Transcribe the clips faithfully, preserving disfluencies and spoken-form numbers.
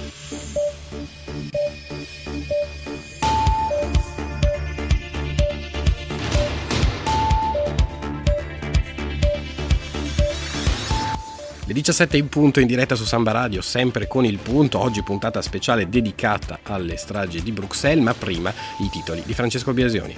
Le diciassette in punto in diretta su Samba Radio, sempre con il punto, oggi puntata speciale dedicata alle stragi di Bruxelles, ma prima i titoli di Francesco Biasioni.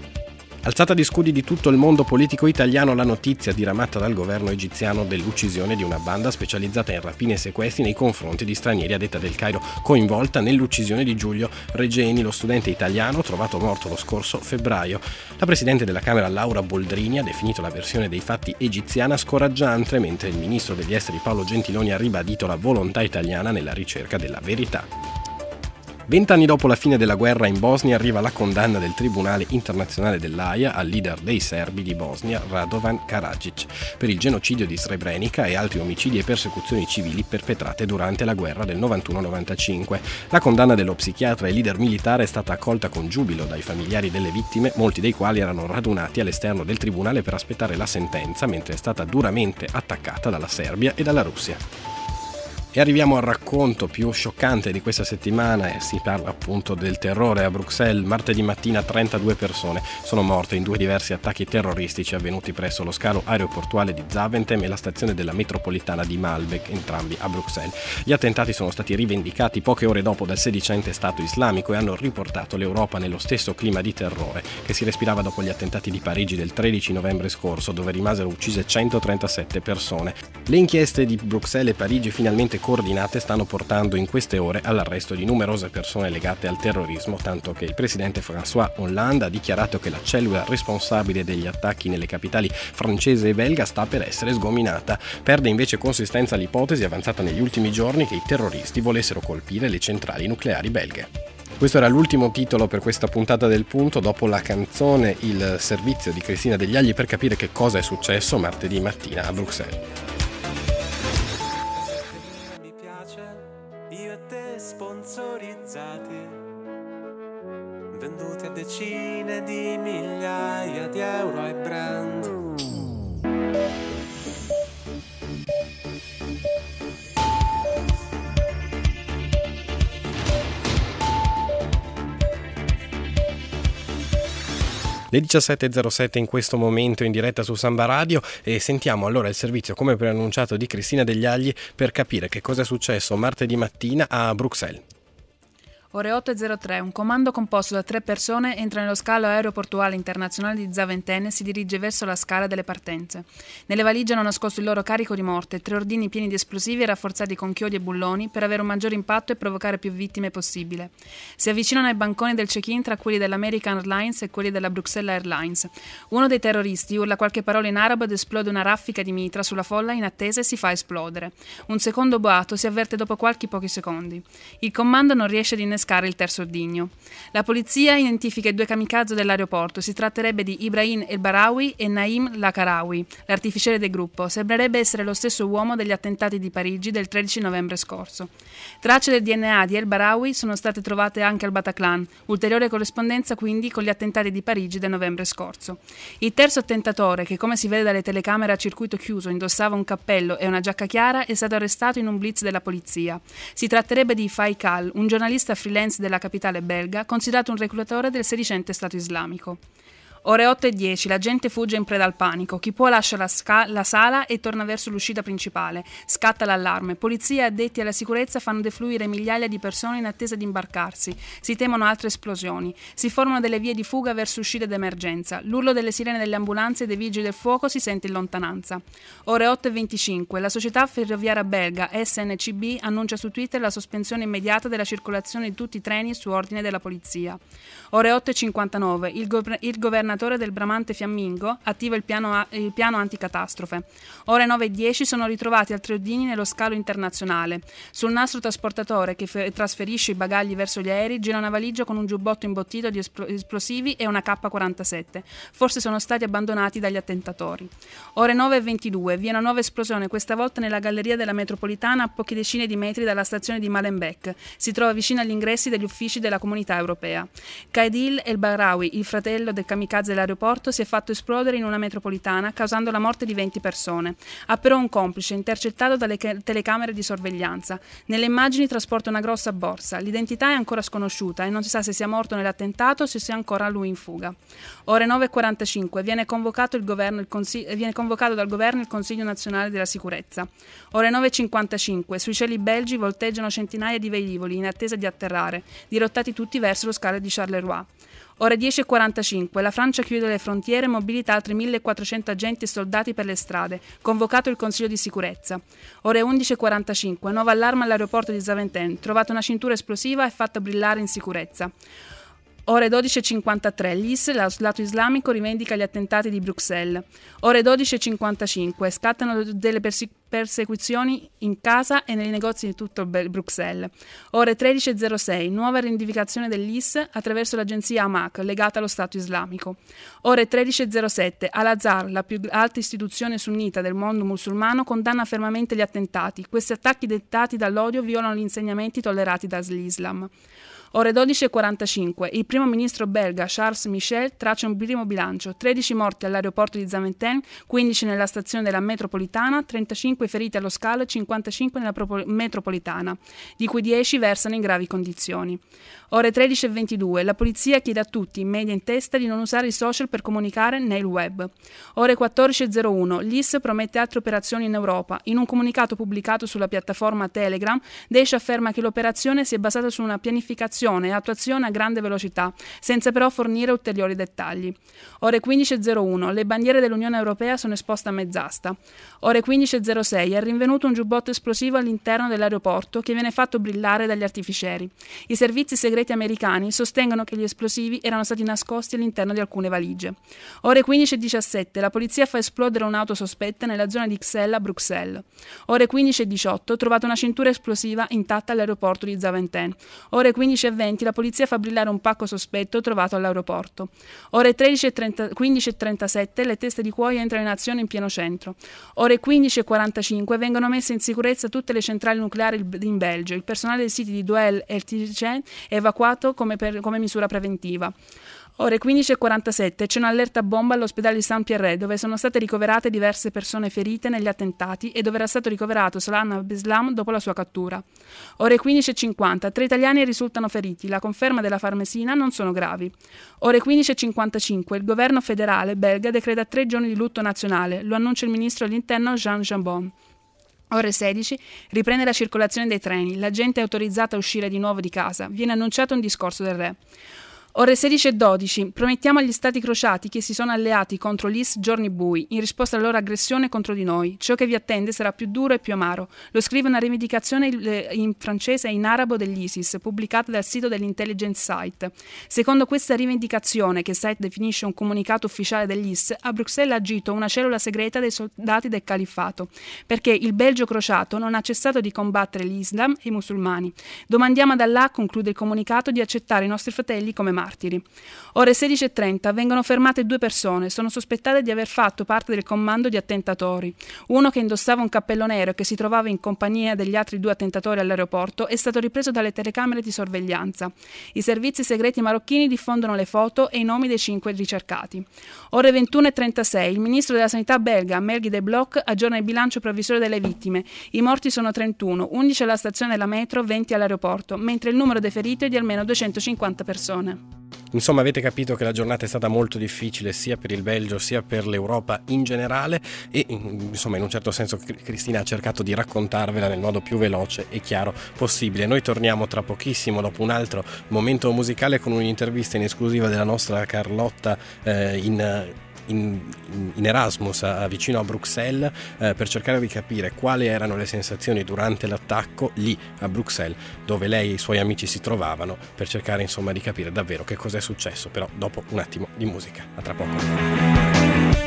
Alzata di scudi di tutto il mondo politico italiano la notizia diramata dal governo egiziano dell'uccisione di una banda specializzata in rapine e sequestri nei confronti di stranieri a detta del Cairo, coinvolta nell'uccisione di Giulio Regeni, lo studente italiano trovato morto lo scorso febbraio. La presidente della Camera Laura Boldrini ha definito la versione dei fatti egiziana scoraggiante, mentre il ministro degli esteri Paolo Gentiloni ha ribadito la volontà italiana nella ricerca della verità. Vent'anni dopo la fine della guerra in Bosnia arriva la condanna del Tribunale internazionale dell'Aia al leader dei serbi di Bosnia, Radovan Karadzic, per il genocidio di Srebrenica e altri omicidi e persecuzioni civili perpetrate durante la guerra del novantuno novantacinque. La condanna dello psichiatra e leader militare è stata accolta con giubilo dai familiari delle vittime, molti dei quali erano radunati all'esterno del tribunale per aspettare la sentenza, mentre è stata duramente attaccata dalla Serbia e dalla Russia. E arriviamo al racconto più scioccante di questa settimana e si parla appunto del terrore a Bruxelles. Martedì mattina trentadue persone sono morte in due diversi attacchi terroristici avvenuti presso lo scalo aeroportuale di Zaventem e la stazione della metropolitana di Malbec, entrambi a Bruxelles. Gli attentati sono stati rivendicati poche ore dopo dal sedicente Stato islamico e hanno riportato l'Europa nello stesso clima di terrore che si respirava dopo gli attentati di Parigi del tredici novembre scorso, dove rimasero uccise centotrentasette persone. Le inchieste di Bruxelles e Parigi finalmente coordinate stanno portando in queste ore all'arresto di numerose persone legate al terrorismo, tanto che il presidente François Hollande ha dichiarato che la cellula responsabile degli attacchi nelle capitali francese e belga sta per essere sgominata. Perde invece consistenza l'ipotesi avanzata negli ultimi giorni che i terroristi volessero colpire le centrali nucleari belghe. Questo era l'ultimo titolo per questa puntata del Punto. Dopo la canzone, il servizio di Cristina Degli Agli per capire che cosa è successo martedì mattina a Bruxelles. Io e te sponsorizzati, venduti a decine di migliaia di euro ai brand. Le diciassette e zero sette in questo momento in diretta su Samba Radio e sentiamo allora il servizio come preannunciato di Cristina Degli Agli per capire che cosa è successo martedì mattina a Bruxelles. Ore otto e zero tre, un comando composto da tre persone entra nello scalo aeroportuale internazionale di Zaventem e si dirige verso la scala delle partenze. Nelle valigie hanno nascosto il loro carico di morte, tre ordini pieni di esplosivi e rafforzati con chiodi e bulloni per avere un maggiore impatto e provocare più vittime possibile. Si avvicinano ai banconi del check-in tra quelli dell'American Airlines e quelli della Bruxelles Airlines. Uno dei terroristi urla qualche parola in arabo ed esplode una raffica di mitra sulla folla in attesa e si fa esplodere. Un secondo boato si avverte dopo qualche pochi secondi. Il comando non riesce ad innescare il terzo ordigno. La polizia identifica i due kamikaze dell'aeroporto. Si tratterebbe di Ibrahim El Barawi e Naim Lakarawi, l'artificiere del gruppo. Sembrerebbe essere lo stesso uomo degli attentati di Parigi del tredici novembre scorso. Tracce del D N A di El Barawi sono state trovate anche al Bataclan, ulteriore corrispondenza quindi con gli attentati di Parigi del novembre scorso. Il terzo attentatore, che come si vede dalle telecamere a circuito chiuso indossava un cappello e una giacca chiara, è stato arrestato in un blitz della polizia. Si tratterebbe di Faikal, un giornalista freelance della capitale belga, considerato un reclutatore del sedicente Stato islamico. Ore otto e dieci, la gente fugge in preda al panico. Chi può lascia la, sca- la sala e torna verso l'uscita principale. Scatta l'allarme. Polizia e addetti alla sicurezza fanno defluire migliaia di persone in attesa di imbarcarsi. Si temono altre esplosioni. Si formano delle vie di fuga verso uscite d'emergenza. L'urlo delle sirene delle ambulanze e dei vigili del fuoco si sente in lontananza. Ore otto e venticinque, la società ferroviaria belga S N C B annuncia su Twitter la sospensione immediata della circolazione di tutti i treni su ordine della polizia. Ore otto e cinquantanove, il, go- il governatore del Bramante Fiammingo attiva il piano, a- il piano anticatastrofe. Ore nove e dieci sono ritrovati altri ordini nello scalo internazionale. Sul nastro trasportatore che f- trasferisce i bagagli verso gli aerei gira una valigia con un giubbotto imbottito di espl- esplosivi e una K quarantasette. Forse sono stati abbandonati dagli attentatori. Ore nove e ventidue, vi è una nuova esplosione, questa volta nella galleria della metropolitana a poche decine di metri dalla stazione di Malenbeek. Si trova vicino agli ingressi degli uffici della Comunità Europea. Kaidil El Barawi, il fratello del kamikaze base dell'aeroporto si è fatto esplodere in una metropolitana, causando la morte di venti persone. Ha però un complice, intercettato dalle telecamere di sorveglianza. Nelle immagini trasporta una grossa borsa. L'identità è ancora sconosciuta e non si sa se sia morto nell'attentato o se sia ancora lui in fuga. Ore nove e quarantacinque. Viene convocato, il governo, il consig- viene convocato dal governo il Consiglio Nazionale della Sicurezza. Ore nove e cinquantacinque. Sui cieli belgi volteggiano centinaia di velivoli in attesa di atterrare, dirottati tutti verso lo scalo di Charleroi. Ore dieci e quarantacinque. La Francia chiude le frontiere e mobilita altri millequattrocento agenti e soldati per le strade. Convocato il Consiglio di Sicurezza. Ore undici e quarantacinque. Nuova allarme all'aeroporto di Zaventem. Trovata una cintura esplosiva e fatta brillare in sicurezza. Ore dodici e cinquantatré. L'I S, lo Stato islamico, rivendica gli attentati di Bruxelles. Ore dodici e cinquantacinque. Scattano delle persi- persecuzioni in casa e nei negozi di tutto Bruxelles. Ore tredici e zero sei. Nuova rivendicazione dell'I S attraverso l'agenzia Amaq, legata allo Stato islamico. Ore tredici e zero sette. Al-Azhar, la più alta istituzione sunnita del mondo musulmano, condanna fermamente gli attentati. Questi attacchi dettati dall'odio violano gli insegnamenti tollerati dall'Islam. Ore dodici e quarantacinque. Il primo ministro belga Charles Michel traccia un primo bilancio: tredici morti all'aeroporto di Zaventem, quindici nella stazione della metropolitana, trentacinque feriti allo scalo e cinquantacinque nella propol- metropolitana, di cui dieci versano in gravi condizioni. Ore tredici e ventidue. La polizia chiede a tutti, in media in testa, di non usare i social per comunicare né il web. Ore quattordici e zero uno. L'I S promette altre operazioni in Europa. In un comunicato pubblicato sulla piattaforma Telegram, Daesh afferma che l'operazione si è basata su una pianificazione e attuazione a grande velocità, senza però fornire ulteriori dettagli. Ore quindici e zero uno. Le bandiere dell'Unione Europea sono esposte a mezz'asta. Ore quindici e zero sei. È rinvenuto un giubbotto esplosivo all'interno dell'aeroporto che viene fatto brillare dagli artificieri. I servizi segreti americani sostengono che gli esplosivi erano stati nascosti all'interno di alcune valigie. Ore quindici e diciassette. La polizia fa esplodere un'auto sospetta nella zona di Ixelles a Bruxelles. Ore quindici e diciotto. Trovata una cintura esplosiva intatta all'aeroporto di Zaventem. Ore quindici e venti. La polizia fa brillare un pacco sospetto trovato all'aeroporto. Ore tredici e trenta, quindici e trentasette. Le teste di cuoio entrano in azione in pieno centro. Ore quindici e quarantacinque. Vengono messe in sicurezza tutte le centrali nucleari in Belgio. Il personale dei siti di Douai e Tirchen è evacuato come, per, come misura preventiva. Ore quindici e quarantasette. C'è un'allerta bomba all'ospedale di Saint-Pierre, dove sono state ricoverate diverse persone ferite negli attentati e dove era stato ricoverato Salah Abdeslam dopo la sua cattura. Ore quindici e cinquanta. Tre italiani risultano feriti. La conferma della Farnesina: non sono gravi. Ore quindici e cinquantacinque. Il governo federale belga decreta tre giorni di lutto nazionale. Lo annuncia il ministro dell'Interno Jean Jambon. Ore sedici. Riprende la circolazione dei treni. La gente è autorizzata a uscire di nuovo di casa. Viene annunciato un discorso del re. Ore sedici e dodici. Promettiamo agli stati crociati che si sono alleati contro l'I S giorni bui, in risposta alla loro aggressione contro di noi. Ciò che vi attende sarà più duro e più amaro. Lo scrive una rivendicazione in francese e in arabo dell'ISIS, pubblicata dal sito dell'Intelligence Site. Secondo questa rivendicazione, che il site definisce un comunicato ufficiale dell'I S, a Bruxelles ha agito una cellula segreta dei soldati del califfato, perché il Belgio crociato non ha cessato di combattere l'Islam e i musulmani. Domandiamo ad Allah, conclude il comunicato, di accettare i nostri fratelli come martiri. Ore sedici e trenta. Vengono fermate due persone. Sono sospettate di aver fatto parte del comando di attentatori. Uno, che indossava un cappello nero e che si trovava in compagnia degli altri due attentatori all'aeroporto, è stato ripreso dalle telecamere di sorveglianza. I servizi segreti marocchini diffondono le foto e i nomi dei cinque ricercati. Ore ventuno e trentasei. Il ministro della sanità belga, Melky de Blok, aggiorna il bilancio provvisorio delle vittime. I morti sono trentuno, undici alla stazione della metro, venti all'aeroporto, mentre il numero dei feriti è di almeno duecentocinquanta persone. Insomma, avete capito che la giornata è stata molto difficile sia per il Belgio sia per l'Europa in generale e insomma in un certo senso Cristina ha cercato di raccontarvela nel modo più veloce e chiaro possibile. Noi torniamo tra pochissimo dopo un altro momento musicale con un'intervista in esclusiva della nostra Carlotta eh, in In, in Erasmus a, vicino a Bruxelles eh, per cercare di capire quali erano le sensazioni durante l'attacco lì a Bruxelles, dove lei e i suoi amici si trovavano, per cercare insomma di capire davvero che cosa è successo. Però dopo un attimo di musica. A tra poco.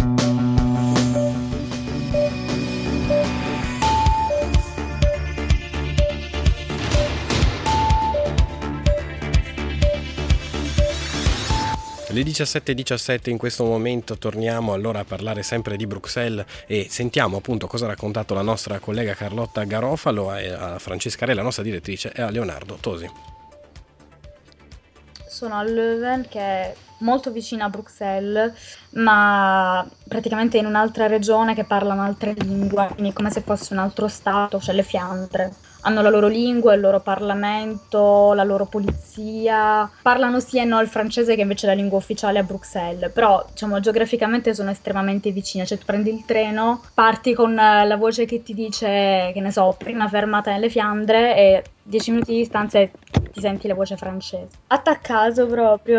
Le diciassette e diciassette in questo momento torniamo allora a parlare sempre di Bruxelles e sentiamo appunto cosa ha raccontato la nostra collega Carlotta Garofalo a Francesca Re, la nostra direttrice, e a Leonardo Tosi. sono a Leuven, che è molto vicina a Bruxelles, ma praticamente in un'altra regione che parla un'altra lingua, quindi è come se fosse un altro stato, cioè le Fiandre. Hanno la loro lingua, il loro parlamento, la loro polizia. Parlano sì e no il francese, che invece è la lingua ufficiale a Bruxelles, però diciamo geograficamente sono estremamente vicine. Cioè tu prendi il treno, parti con la voce che ti dice, che ne so, prima fermata nelle Fiandre, e dieci minuti di distanza e ti senti la voce francese. Attaccato proprio.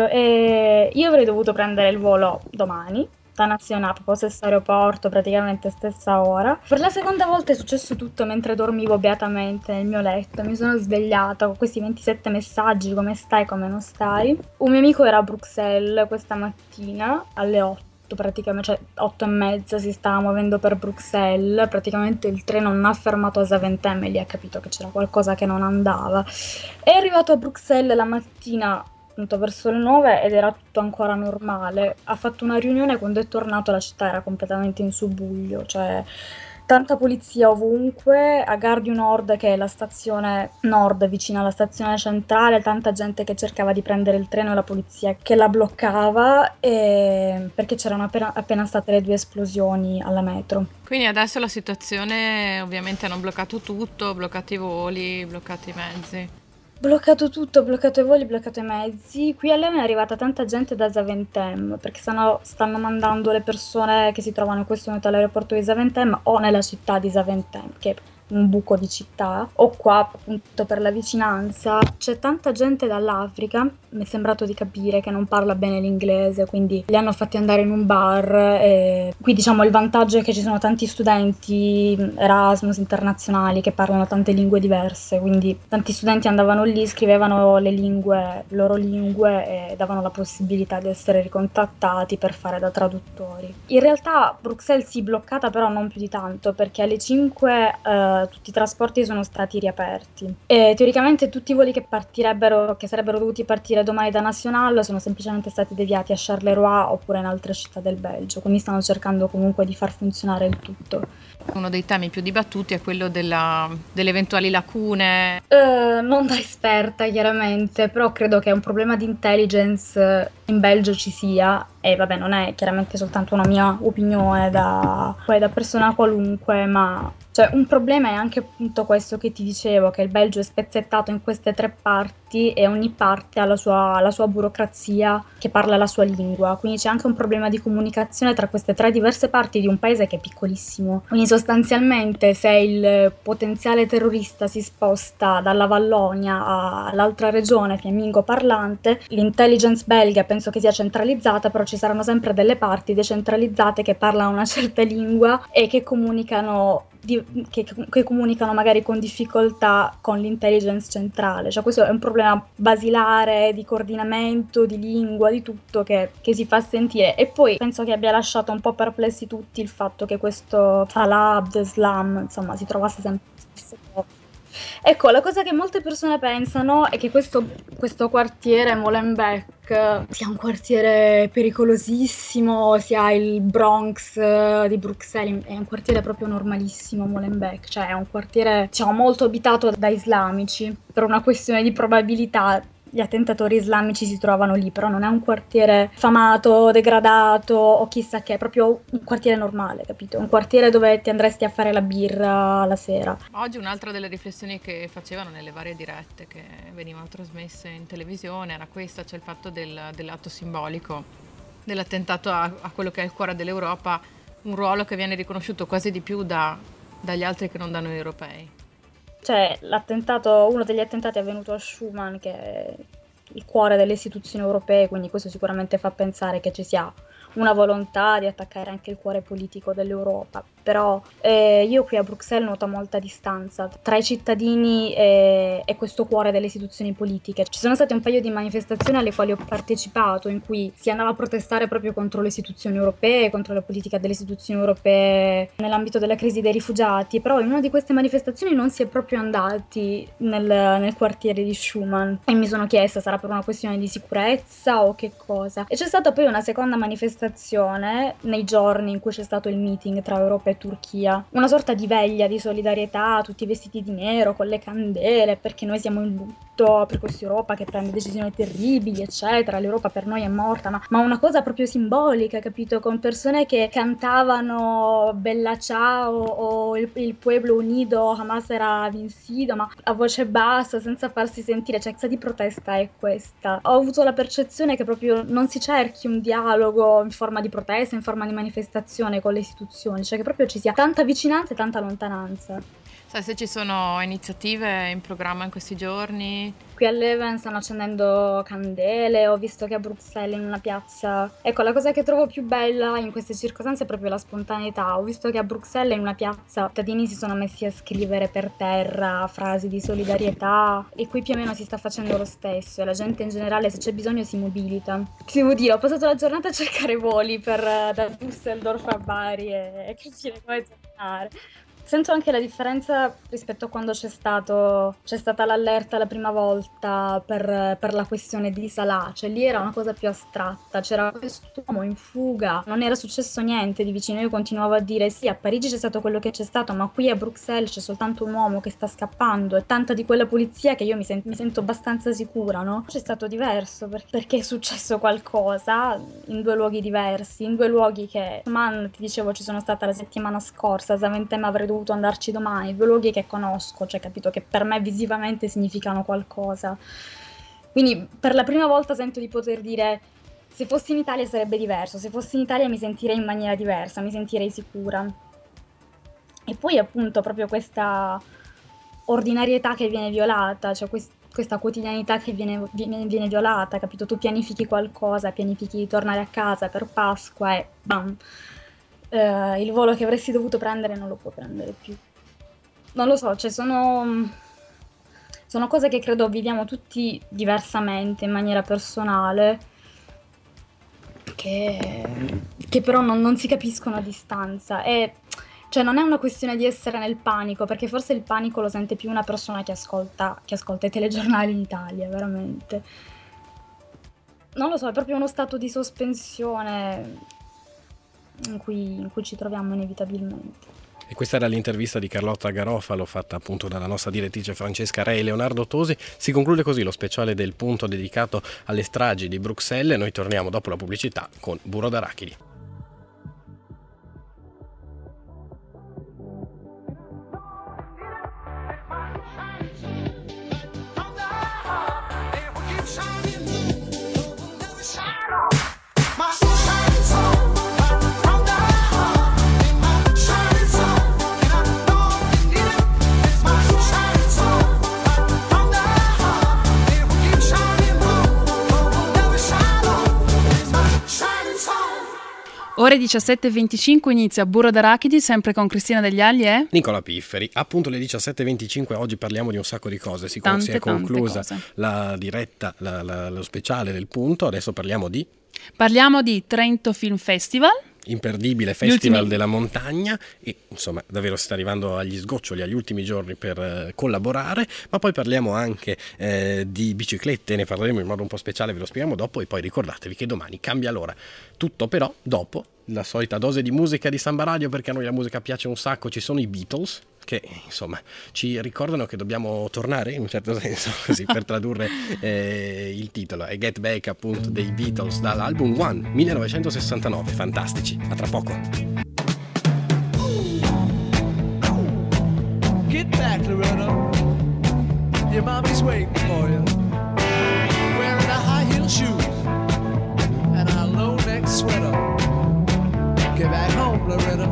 E io avrei dovuto prendere il volo domani, da nazionale, proprio stesso aeroporto, praticamente stessa ora. Per la seconda volta è successo tutto mentre dormivo beatamente nel mio letto. Mi sono svegliata con questi ventisette messaggi: come stai, come non stai. Un mio amico era a Bruxelles questa mattina alle otto, praticamente, cioè otto e mezza, si stava muovendo per Bruxelles. Praticamente il treno non ha fermato a Zaventem e lì ha capito che c'era qualcosa che non andava. È arrivato a Bruxelles la mattina appunto verso le nove ed era tutto ancora normale. Ha fatto una riunione, quando è tornato la città era completamente in subbuglio, cioè tanta polizia ovunque. A Gare du Nord, che è la stazione nord vicino alla stazione centrale, tanta gente che cercava di prendere il treno e la polizia che la bloccava, e... perché c'erano appena, appena state le due esplosioni alla metro. Quindi adesso la situazione, ovviamente hanno bloccato tutto, bloccato i voli, bloccato i mezzi. Bloccato tutto, bloccato i voli, bloccato i mezzi. Qui a Leuven è arrivata tanta gente da Zaventem, perché stanno, stanno mandando le persone che si trovano in questo momento all'aeroporto di Zaventem o nella città di Zaventem, che è un buco di città, o qua appunto per la vicinanza. C'è tanta gente dall'Africa, mi è sembrato di capire, che non parla bene l'inglese, quindi li hanno fatti andare in un bar. E qui diciamo il vantaggio è che ci sono tanti studenti Erasmus internazionali che parlano tante lingue diverse, quindi tanti studenti andavano lì, scrivevano le lingue, le loro lingue, e davano la possibilità di essere ricontattati per fare da traduttori. In realtà Bruxelles si è bloccata, però non più di tanto, perché alle cinque eh, tutti i trasporti sono stati riaperti e teoricamente tutti i voli che partirebbero, che sarebbero dovuti partire domani da Nacional, sono semplicemente stati deviati a Charleroi oppure in altre città del Belgio, quindi stanno cercando comunque di far funzionare il tutto. Uno dei temi più dibattuti è quello della, delle eventuali lacune. Uh, non da esperta chiaramente, però credo che un problema di intelligence in Belgio ci sia, e vabbè, non è chiaramente soltanto una mia opinione da, poi da persona qualunque, ma cioè un problema è anche appunto questo che ti dicevo, che il Belgio è spezzettato in queste tre parti e ogni parte ha la sua, la sua burocrazia che parla la sua lingua, quindi c'è anche un problema di comunicazione tra queste tre diverse parti di un paese che è piccolissimo. Quindi sostanzialmente se il potenziale terrorista si sposta dalla Vallonia all'altra regione fiammingo parlante, l'intelligence belga penso che sia centralizzata, però ci saranno sempre delle parti decentralizzate che parlano una certa lingua e che comunicano Di, che, che comunicano magari con difficoltà con l'intelligence centrale. Cioè questo è un problema basilare di coordinamento, di lingua, di tutto che, che si fa sentire. E poi penso che abbia lasciato un po' perplessi tutti il fatto che questo Salah Abdeslam insomma si trovasse sempre stesso posto. Ecco, la cosa che molte persone pensano è che questo, questo quartiere Molenbeek sia un quartiere pericolosissimo, sia il Bronx di Bruxelles. È un quartiere proprio normalissimo Molenbeek, cioè è un quartiere diciamo molto abitato da islamici. Per una questione di probabilità gli attentatori islamici si trovano lì, però non è un quartiere famato, degradato o chissà che, è proprio un quartiere normale, capito? Un quartiere dove ti andresti a fare la birra la sera. Oggi un'altra delle riflessioni che facevano nelle varie dirette che venivano trasmesse in televisione era questa, cioè il fatto del, dell'atto simbolico, dell'attentato a, a quello che è il cuore dell'Europa, un ruolo che viene riconosciuto quasi di più da, dagli altri che non da noi europei. Cioè, l'attentato, uno degli attentati è avvenuto a Schuman, che è il cuore delle istituzioni europee, quindi questo sicuramente fa pensare che ci sia una volontà di attaccare anche il cuore politico dell'Europa. Però eh, io qui a Bruxelles noto molta distanza tra i cittadini e, e questo cuore delle istituzioni politiche. Ci sono state un paio di manifestazioni alle quali ho partecipato, in cui si andava a protestare proprio contro le istituzioni europee, contro la politica delle istituzioni europee nell'ambito della crisi dei rifugiati, però in una di queste manifestazioni non si è proprio andati nel, nel quartiere di Schuman, e mi sono chiesta, sarà per una questione di sicurezza o che cosa? E c'è stata poi una seconda manifestazione nei giorni in cui c'è stato il meeting tra Europa e Turchia, una sorta di veglia di solidarietà, tutti vestiti di nero con le candele, perché noi siamo in tutto per questa Europa che prende decisioni terribili, eccetera, l'Europa per noi è morta, ma, ma una cosa proprio simbolica, capito? Con persone che cantavano Bella Ciao o il, il Pueblo Unido, Hamas era vencido, ma a voce bassa, senza farsi sentire, cioè che di protesta è questa? Ho avuto la percezione che proprio non si cerchi un dialogo in forma di protesta, in forma di manifestazione con le istituzioni, cioè che proprio ci sia tanta vicinanza e tanta lontananza. Sai se ci sono iniziative in programma in questi giorni? Qui a Leuven stanno accendendo candele, ho visto che a Bruxelles in una piazza... Ecco, la cosa che trovo più bella in queste circostanze è proprio la spontaneità. Ho visto che a Bruxelles in una piazza i cittadini si sono messi a scrivere per terra frasi di solidarietà e qui più o meno si sta facendo lo stesso e la gente in generale se c'è bisogno si mobilita. Ti devo dire, ho passato la giornata a cercare voli per, da Düsseldorf a Bari e, e capire come tornare. Sento anche la differenza rispetto a quando c'è stato c'è stata l'allerta la prima volta per, per la questione di Salah, cioè lì era una cosa più astratta, c'era quest'uomo in fuga, non era successo niente di vicino, io continuavo a dire sì, a Parigi c'è stato quello che c'è stato, ma qui a Bruxelles c'è soltanto un uomo che sta scappando e tanta di quella polizia che io mi, sen- mi sento abbastanza sicura, no? C'è stato diverso per- perché è successo qualcosa in due luoghi diversi, in due luoghi che, man, ti dicevo, ci sono stata la settimana scorsa, a Zaventem avrei dovuto andarci domani, due luoghi che conosco, cioè capito che per me visivamente significano qualcosa. Quindi per la prima volta sento di poter dire se fossi in Italia sarebbe diverso, se fossi in Italia mi sentirei in maniera diversa, mi sentirei sicura. E poi appunto proprio questa ordinarietà che viene violata, cioè quest- questa quotidianità che viene, viene, viene violata, capito? Tu pianifichi qualcosa, pianifichi di tornare a casa per Pasqua e bam! Uh, il volo che avresti dovuto prendere non lo puoi prendere più. Non lo so, cioè sono sono cose che credo viviamo tutti diversamente in maniera personale che, che però non, non si capiscono a distanza e cioè non è una questione di essere nel panico, perché forse il panico lo sente più una persona che ascolta che ascolta i telegiornali in Italia, veramente. Non lo so, è proprio uno stato di sospensione In cui, in cui ci troviamo inevitabilmente. E questa era l'intervista di Carlotta Garofalo fatta appunto dalla nostra direttrice Francesca Re e Leonardo Tosi. Si conclude così lo speciale del Punto dedicato alle stragi di Bruxelles. Noi torniamo dopo la pubblicità con Burro d'Arachidi. Ore diciassette e venticinque inizia Burro d'Arachidi, sempre con Cristina Degli Agli e Nicola Pifferi. Appunto alle diciassette e venticinque oggi parliamo di un sacco di cose. Si, tante, si è conclusa cose. la diretta, la, la, lo speciale del Punto. Adesso parliamo di... Parliamo di Trento Film Festival. Imperdibile Festival della Montagna e insomma davvero si sta arrivando agli sgoccioli, agli ultimi giorni per eh, collaborare, ma poi parliamo anche eh, di biciclette, ne parleremo in modo un po' speciale, ve lo spieghiamo dopo e poi ricordatevi che domani cambia l'ora. Tutto però dopo la solita dose di musica di Samba Radio, perché a noi la musica piace un sacco, ci sono i Beatles che insomma ci ricordano che dobbiamo tornare in un certo senso, così per tradurre eh, il titolo. È Get Back appunto dei Beatles dall'album One millenovecentosessantanove, fantastici, a tra poco. Get back, Loretta, your mommy's waiting for you, wearing a high heel shoes and a low neck sweater. Get back home, Loretta.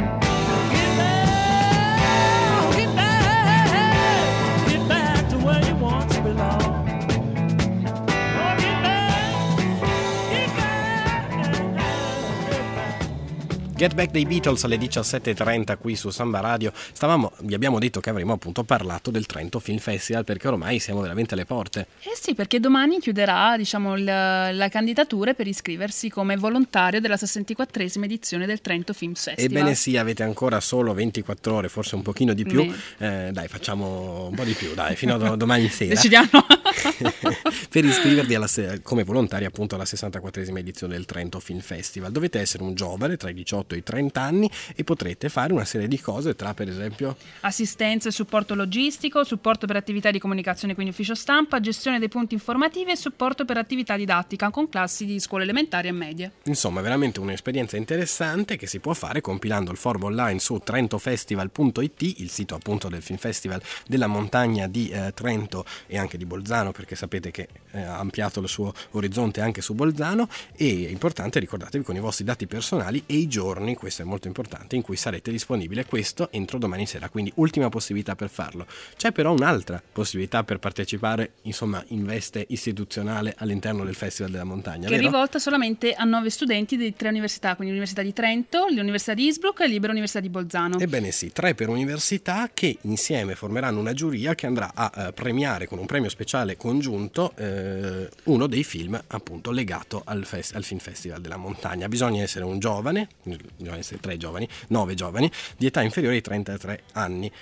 Get Back dei Beatles alle diciassette e trenta qui su Samba Radio. Stavamo, vi abbiamo detto che avremmo appunto parlato del Trento Film Festival, perché ormai siamo veramente alle porte. Eh sì, perché domani chiuderà, diciamo, la, la candidatura per iscriversi come volontario della sessantaquattresima edizione del Trento Film Festival. Ebbene sì, avete ancora solo ventiquattro ore, forse un pochino di più. Eh, dai, facciamo un po' di più, dai, fino a do- domani sera. Decidiamo. per iscrivervi alla, come volontari appunto alla sessantaquattresima edizione del Trento Film Festival. Dovete essere un giovane tra i diciotto e i trenta anni e potrete fare una serie di cose tra, per esempio, assistenza e supporto logistico, supporto per attività di comunicazione, quindi ufficio stampa, gestione dei punti informativi e supporto per attività didattica con classi di scuole elementari e medie. Insomma, veramente un'esperienza interessante che si può fare compilando il form online su trentofestival punto it, il sito appunto del Film Festival della montagna di eh, Trento e anche di Bolzano, perché sapete che eh, ha ampliato il suo orizzonte anche su Bolzano. E è importante, ricordatevi, con i vostri dati personali e i giorni, questo è molto importante, in cui sarete disponibile, questo entro domani sera, quindi ultima possibilità per farlo. C'è però un'altra possibilità per partecipare, insomma, in veste istituzionale all'interno del Festival della Montagna, che è vero? rivolta solamente a nove studenti di tre università, quindi l'Università di Trento, l'Università di Innsbruck e Libera Università di Bolzano. Ebbene sì, tre per università che insieme formeranno una giuria che andrà a eh, premiare con un premio speciale congiunto eh, uno dei film appunto legato al, fest- al Film Festival della Montagna. Bisogna essere un giovane, bisogna essere tre giovani, nove giovani, di età inferiore ai trentatré anni.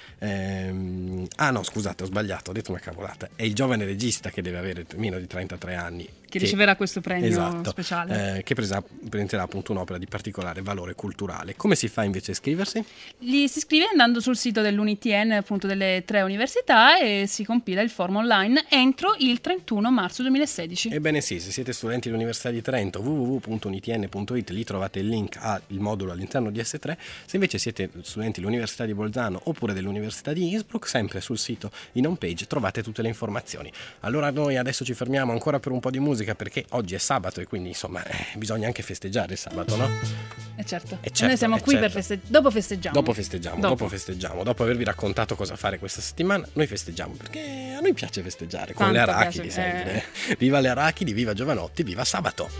Ehm, ah no, scusate, ho sbagliato, ho detto una cavolata. È il giovane regista che deve avere meno di trentatré anni. Che, che riceverà questo premio esatto, speciale. Eh, che presa- presenterà appunto un'opera di particolare valore culturale. Come si fa invece a iscriversi? Gli si iscrive andando sul sito dell'U N I T N, appunto delle tre università, e si compila il form online entro il trentuno marzo duemilasedici. Ebbene sì, se siete studenti dell'Università di Trento, w w w punto unitn punto it, lì trovate il link al modulo all'interno di S tre. Se invece siete studenti dell'Università di Bolzano oppure dell'Università di Innsbruck, sempre sul sito in home page trovate tutte le informazioni. Allora noi adesso ci fermiamo ancora per un po' di musica, perché oggi è sabato e quindi insomma eh, bisogna anche festeggiare il sabato, no? Eh certo, Eh certo, noi siamo eh qui certo. per festeggiare. Dopo festeggiamo. Dopo festeggiamo, dopo. Dopo. dopo festeggiamo, dopo avervi raccontato cosa fare questa settimana, noi festeggiamo, perché a noi piace festeggiare con Tanto le arachidi piace, sempre. Eh. Viva le arachidi, viva Giovanotti, viva sabato!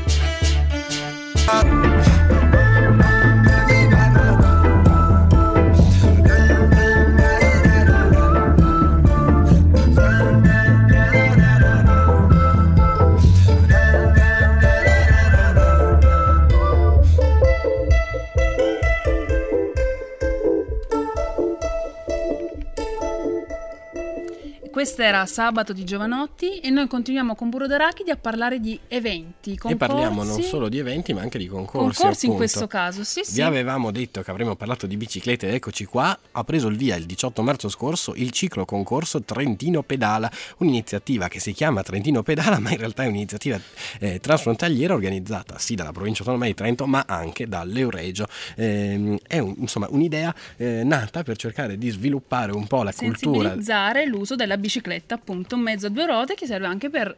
Questo era Sabato di Giovanotti e noi continuiamo con Burro d'Arachidi a parlare di eventi, concorsi. E parliamo non solo di eventi ma anche di concorsi. Concorsi in appunto. questo caso, sì sì. Vi avevamo detto che avremmo parlato di biciclette ed eccoci qua. Ha preso il via il diciotto marzo scorso il ciclo concorso Trentino Pedala, un'iniziativa che si chiama Trentino Pedala ma in realtà è un'iniziativa eh, transfrontaliera organizzata sì dalla provincia autonoma di Trento ma anche dall'Euregio. Eh, è un, insomma un'idea eh, nata per cercare di sviluppare un po' la cultura. Sensibilizzare l'uso della bicicletta, appunto un mezzo a due ruote che serve anche per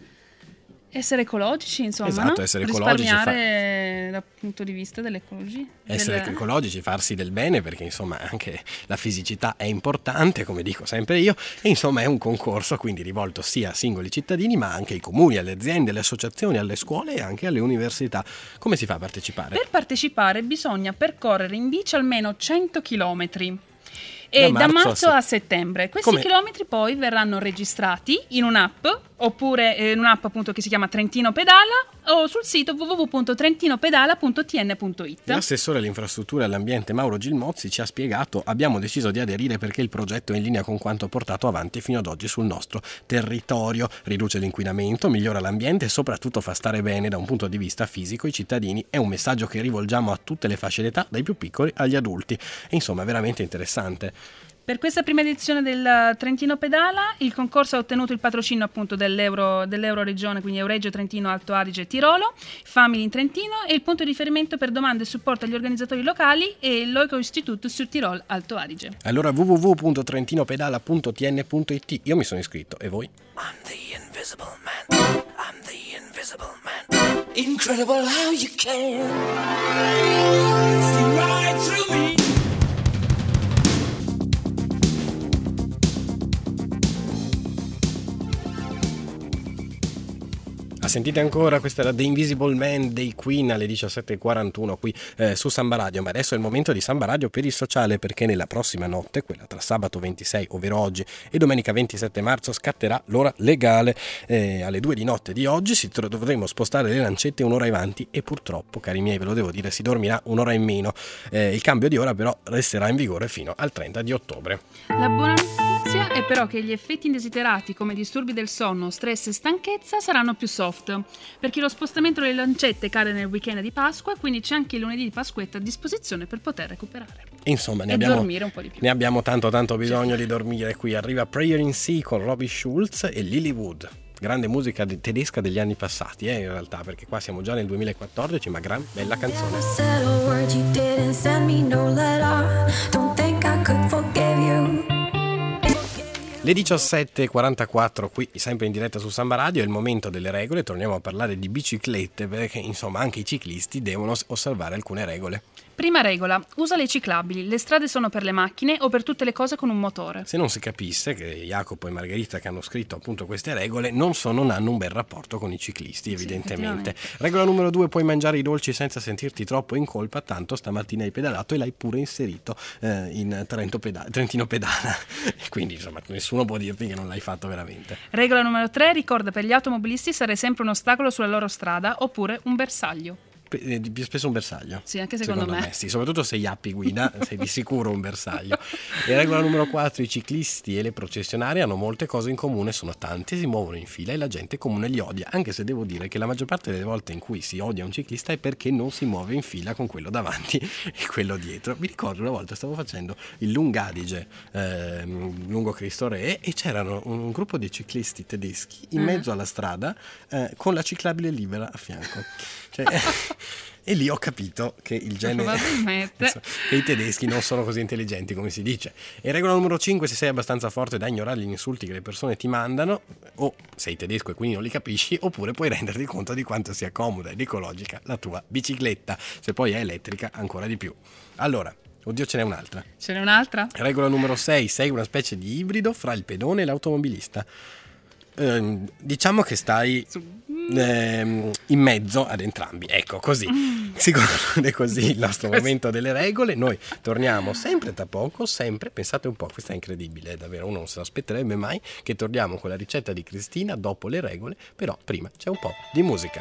essere ecologici, insomma, esatto, no? essere ecologici, risparmiare fa... dal punto di vista dell'ecologia, essere del... ecologici, farsi del bene, perché insomma anche la fisicità è importante, come dico sempre io, e insomma è un concorso quindi rivolto sia a singoli cittadini ma anche ai comuni, alle aziende, alle associazioni, alle scuole e anche alle università. Come si fa a partecipare? Per partecipare bisogna percorrere in bici almeno cento chilometri. E Da da marzo marzo, a a, settembre. Questi Come? chilometri poi verranno registrati in un'app, oppure in un'app appunto che si chiama Trentino Pedala, o sul sito w w w punto trentinopedala punto t n punto it. L'assessore all'infrastruttura e all'ambiente Mauro Gilmozzi ci ha spiegato: abbiamo deciso di aderire perché il progetto è in linea con quanto portato avanti fino ad oggi sul nostro territorio, riduce l'inquinamento, migliora l'ambiente e soprattutto fa stare bene da un punto di vista fisico i cittadini. È un messaggio che rivolgiamo a tutte le fasce d'età, dai più piccoli agli adulti, e insomma è veramente interessante. Per questa prima edizione del Trentino Pedala il concorso ha ottenuto il patrocinio appunto dell'Euro, dell'Euro Regione, quindi Euregio Trentino Alto Adige e Tirolo, Family in Trentino, e il punto di riferimento per domande e supporto agli organizzatori locali è l'Oeco Institut sur Tirol Alto Adige. Allora w w w punto trentinopedala punto t n punto it. Io mi sono iscritto, e voi? I'm the invisible man. I'm the invisible man. Incredible how you can see right through me. La sentite ancora? Questa era The Invisible Man dei Queen alle diciassette e quarantuno qui eh, su Samba Radio, ma adesso è il momento di Samba Radio per il sociale, perché nella prossima notte, quella tra sabato ventisei, ovvero oggi, e domenica ventisette marzo, scatterà l'ora legale. Eh, alle due di notte di oggi si tro- dovremo spostare le lancette un'ora avanti e purtroppo, cari miei, ve lo devo dire, si dormirà un'ora in meno. Eh, il cambio di ora però resterà in vigore fino al trenta di ottobre. La buona notizia è però che gli effetti indesiderati come disturbi del sonno, stress e stanchezza saranno più soft, perché lo spostamento delle lancette cade nel weekend di Pasqua e quindi c'è anche il lunedì di Pasquetta a disposizione per poter recuperare. Insomma, ne e abbiamo, dormire un po' di più. Ne abbiamo tanto tanto bisogno di dormire. Qui arriva Prayer in Sea con Robbie Schulz e Lilywood. Grande musica de- tedesca degli anni passati, eh, in realtà, perché qua siamo già nel duemilaquattordici, ma gran bella canzone. Le diciassette e quarantaquattro qui, sempre in diretta su Samba Radio, è il momento delle regole. Torniamo a parlare di biciclette, perché insomma anche i ciclisti devono osservare alcune regole. Prima regola, usa le ciclabili, le strade sono per le macchine o per tutte le cose con un motore. Se non si capisse che Jacopo e Margherita, che hanno scritto appunto queste regole, non, so, non hanno un bel rapporto con i ciclisti, evidentemente. Sì, regola numero due, puoi mangiare i dolci senza sentirti troppo in colpa, tanto stamattina hai pedalato e l'hai pure inserito eh, in Trento Peda- Trentino Pedana. Quindi insomma nessuno può dirti che non l'hai fatto veramente. Regola numero tre, ricorda, per gli automobilisti sarei sempre un ostacolo sulla loro strada oppure un bersaglio. Di più spesso un bersaglio. Sì, anche secondo, secondo me. me sì, soprattutto se Iappi guida sei di sicuro un bersaglio. E regola numero quattro, i ciclisti e le processionarie hanno molte cose in comune, sono tanti, si muovono in fila e la gente comune li odia, anche se devo dire che la maggior parte delle volte in cui si odia un ciclista è perché non si muove in fila con quello davanti e quello dietro. Mi ricordo una volta stavo facendo il Lungadige eh, lungo Cristo Re e c'erano un gruppo di ciclisti tedeschi in mezzo alla strada eh, con la ciclabile libera a fianco. Cioè, e lì ho capito che il genere che i tedeschi non sono così intelligenti come si dice. E regola numero cinque, se sei abbastanza forte da ignorare gli insulti che le persone ti mandano, o sei tedesco e quindi non li capisci, oppure puoi renderti conto di quanto sia comoda ed ecologica la tua bicicletta, se poi è elettrica ancora di più. Allora, oddio, ce n'è un'altra. Ce n'è un'altra? Regola numero sei, sei una specie di ibrido fra il pedone e l'automobilista. Eh, diciamo che stai eh, in mezzo ad entrambi, ecco, così si conclude così il nostro momento delle regole. Noi torniamo sempre tra poco, sempre, pensate un po', questo è incredibile, è davvero, uno non se l'aspetterebbe mai che torniamo con la ricetta di Cristina dopo le regole, però prima c'è un po' di musica.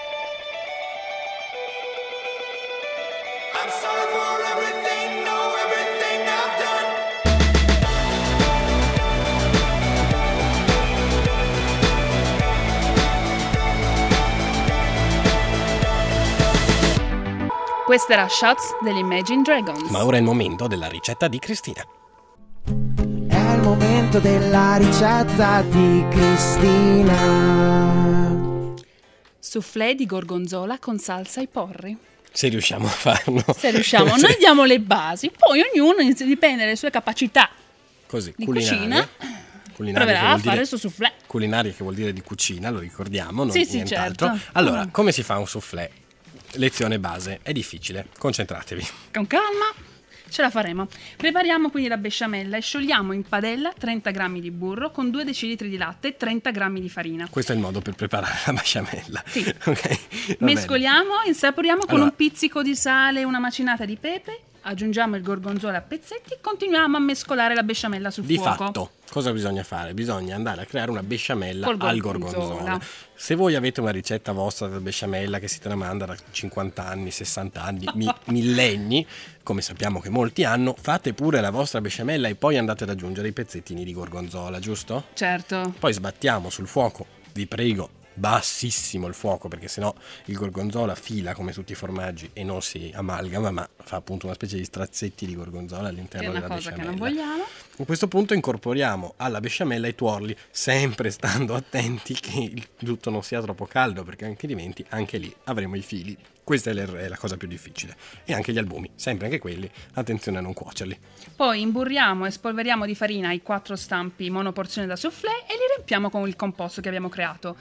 Questa era Shots degli Imagine Dragons. Ma ora è il momento della ricetta di Cristina. È il momento della ricetta di Cristina. Soufflé di gorgonzola con salsa ai porri. Se riusciamo a farlo. Se riusciamo, noi diamo le basi, poi ognuno dipende dalle sue capacità. Così, di culinarie. cucina. Culinaria proverà a dire, fare il suo soufflé. Culinaria che vuol dire di cucina, lo ricordiamo, non sì, sì, nient'altro. Certo. Allora, mm. come si fa un soufflé? Lezione base, è difficile, concentratevi. Con calma, ce la faremo. Prepariamo quindi la besciamella e sciogliamo in padella trenta grammi di burro con due decilitri di latte e trenta grammi di farina. Questo è il modo per preparare la besciamella. Sì. Okay, mescoliamo, insaporiamo con allora, un pizzico di sale e una macinata di pepe. Aggiungiamo il gorgonzola a pezzetti e continuiamo a mescolare la besciamella sul di fuoco. Di fatto, cosa bisogna fare? Bisogna andare a creare una besciamella Col al gorgonzola. gorgonzola. Se voi avete una ricetta vostra della besciamella che si tramanda da cinquanta anni, sessanta anni, mi- millenni, come sappiamo che molti hanno, fate pure la vostra besciamella e poi andate ad aggiungere i pezzettini di gorgonzola, giusto? Certo. Poi sbattiamo sul fuoco, vi prego, bassissimo il fuoco, perché sennò il gorgonzola fila come tutti i formaggi e non si amalgama, ma fa appunto una specie di strazzetti di gorgonzola all'interno della besciamella. Che è una cosa che non vogliamo. A questo punto incorporiamo alla besciamella i tuorli, sempre stando attenti che il tutto non sia troppo caldo, perché altrimenti anche lì avremo i fili. Questa è la cosa più difficile. E anche gli albumi, sempre anche quelli, attenzione a non cuocerli. Poi imburriamo e spolveriamo di farina i quattro stampi monoporzione da soufflé e li riempiamo con il composto che abbiamo creato. E cuociamo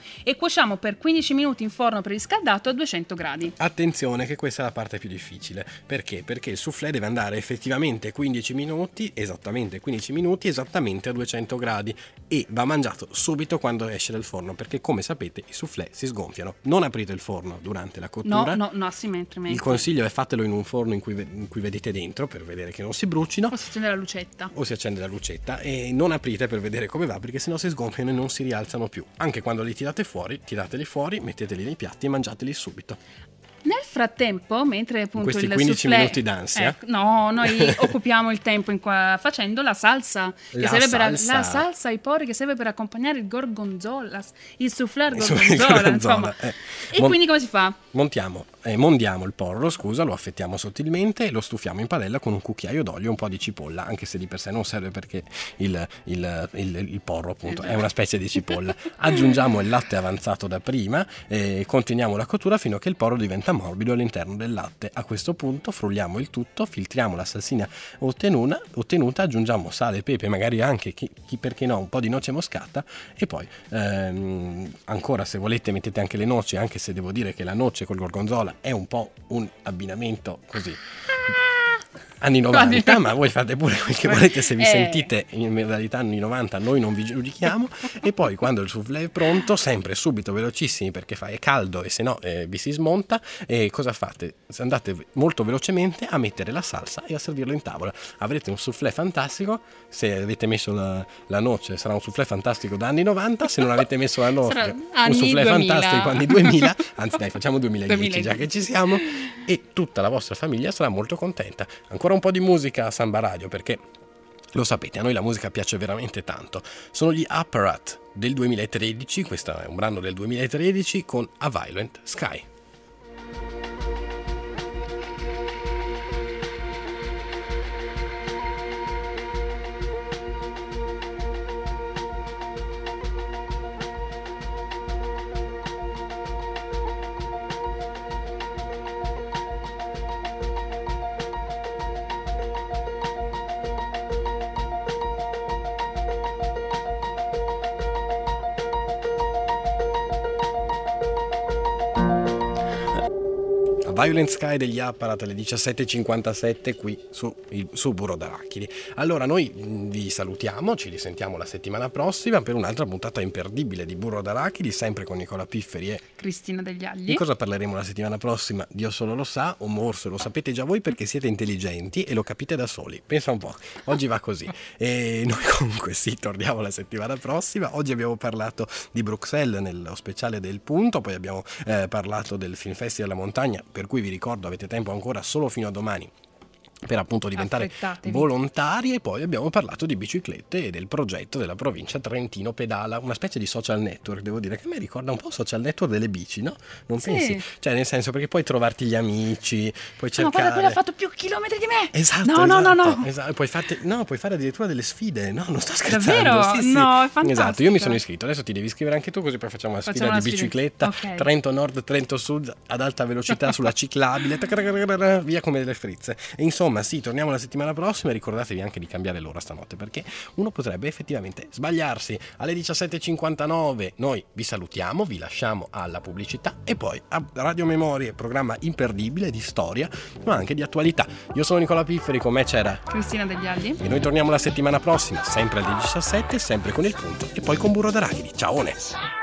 cuociamo per quindici minuti in forno preriscaldato a duecento gradi. Attenzione che questa è la parte più difficile. Perché? Perché il soufflé deve andare effettivamente quindici minuti, esattamente quindici minuti, esattamente a duecento gradi, e va mangiato subito quando esce dal forno, perché come sapete i soufflé si sgonfiano. Non aprite il forno durante la cottura. No, no, no, simmetricamente. Il consiglio è fatelo in un forno in cui, in cui vedete dentro, per vedere che non si brucino. O si accende la lucetta. O si accende la lucetta, e non aprite per vedere come va, perché sennò si sgonfiano e non si rialzano più. Anche quando li tirate fuori, tirateli fuori, metteteli nei piatti e mangiateli subito. Nel frattempo, mentre appunto in questi il quindici soufflé, minuti d'ansia, ecco, no, noi occupiamo il tempo in qua, facendo la salsa, che la, serve salsa. Per, la salsa ai porri che serve per accompagnare il gorgonzola, il soufflé al Il gorgonzola, gorgonzola, insomma. eh. E Mon- quindi come si fa? Montiamo, eh, mondiamo il porro, scusa, lo affettiamo sottilmente e lo stufiamo in padella con un cucchiaio d'olio e un po' di cipolla, anche se di per sé non serve, perché il, il, il, il porro appunto è una specie di cipolla. Aggiungiamo il latte avanzato da prima e continuiamo la cottura fino a che il porro diventa morbido all'interno del latte. A questo punto frulliamo il tutto, filtriamo la salsina ottenuta, ottenuta aggiungiamo sale, pepe, magari anche chi, chi perché no un po' di noce moscata, e poi ehm, ancora se volete mettete anche le noci, anche se devo dire che la noce col gorgonzola è un po' un abbinamento così anni novanta, ma voi fate pure quel che volete se vi eh. sentite in modalità anni novanta, noi non vi giudichiamo. E poi quando il soufflé è pronto, sempre subito velocissimi perché fa è caldo e se no eh, vi si smonta, e cosa fate? Andate molto velocemente a mettere la salsa e a servirlo in tavola. Avrete un soufflé fantastico. Se avete messo la, la noce sarà un soufflé fantastico da anni novanta, se non avete messo la noce un soufflé duemila. fantastico anni duemila, anzi dai facciamo duemiladieci duemiladieci già che ci siamo, e tutta la vostra famiglia sarà molto contenta. Ancora un po' di musica a Samba Radio, perché lo sapete, a noi la musica piace veramente tanto. Sono gli Apparat del duemilatredici, questo è un brano del duemilatredici con A Violent Sky. Violent Sky degli Apparat alle diciassette e cinquantasette qui su, il, su Burro d'Arachidi. Allora noi vi salutiamo, ci risentiamo la settimana prossima per un'altra puntata imperdibile di Burro d'Arachidi, sempre con Nicola Pifferi e Cristina Degli Agli. Di cosa parleremo la settimana prossima? Dio solo lo sa, o forse lo sapete già voi perché siete intelligenti e lo capite da soli. Pensa un po', oggi va così. E noi comunque sì, torniamo la settimana prossima. Oggi abbiamo parlato di Bruxelles nello speciale del Punto, poi abbiamo eh, parlato del Film Festival della Montagna, per cui vi ricordo avete tempo ancora solo fino a domani per appunto diventare volontari, e poi abbiamo parlato di biciclette e del progetto della provincia Trentino Pedala, una specie di social network, devo dire che a me ricorda un po' social network delle bici, no? Non sì. pensi? Cioè nel senso, perché puoi trovarti gli amici, puoi cercare... No, guarda, quello ha fatto più chilometri di me! Esatto, no, esatto, no, no, no. esatto. Puoi, fate... no, puoi fare addirittura delle sfide, no? Non sto scherzando. Davvero? Sì, sì. No, è fantastico. Esatto, io mi sono iscritto, adesso ti devi iscrivere anche tu, così poi facciamo una Facciamo sfida una di sfida. bicicletta, Okay. Trento Nord, Trento Sud, ad alta velocità sulla ciclabile, via come delle frizze. E insomma, sì, torniamo la settimana prossima e ricordatevi anche di cambiare l'ora stanotte, perché uno potrebbe effettivamente sbagliarsi. Alle diciassette e cinquantanove noi vi salutiamo, vi lasciamo alla pubblicità e poi a Radio Memorie, programma imperdibile di storia ma anche di attualità. Io sono Nicola Pifferi, con me c'era Cristina Degli Agli e noi torniamo la settimana prossima, sempre alle diciassette, sempre con il Punto e poi con Burro d'Arachidi. Ciao!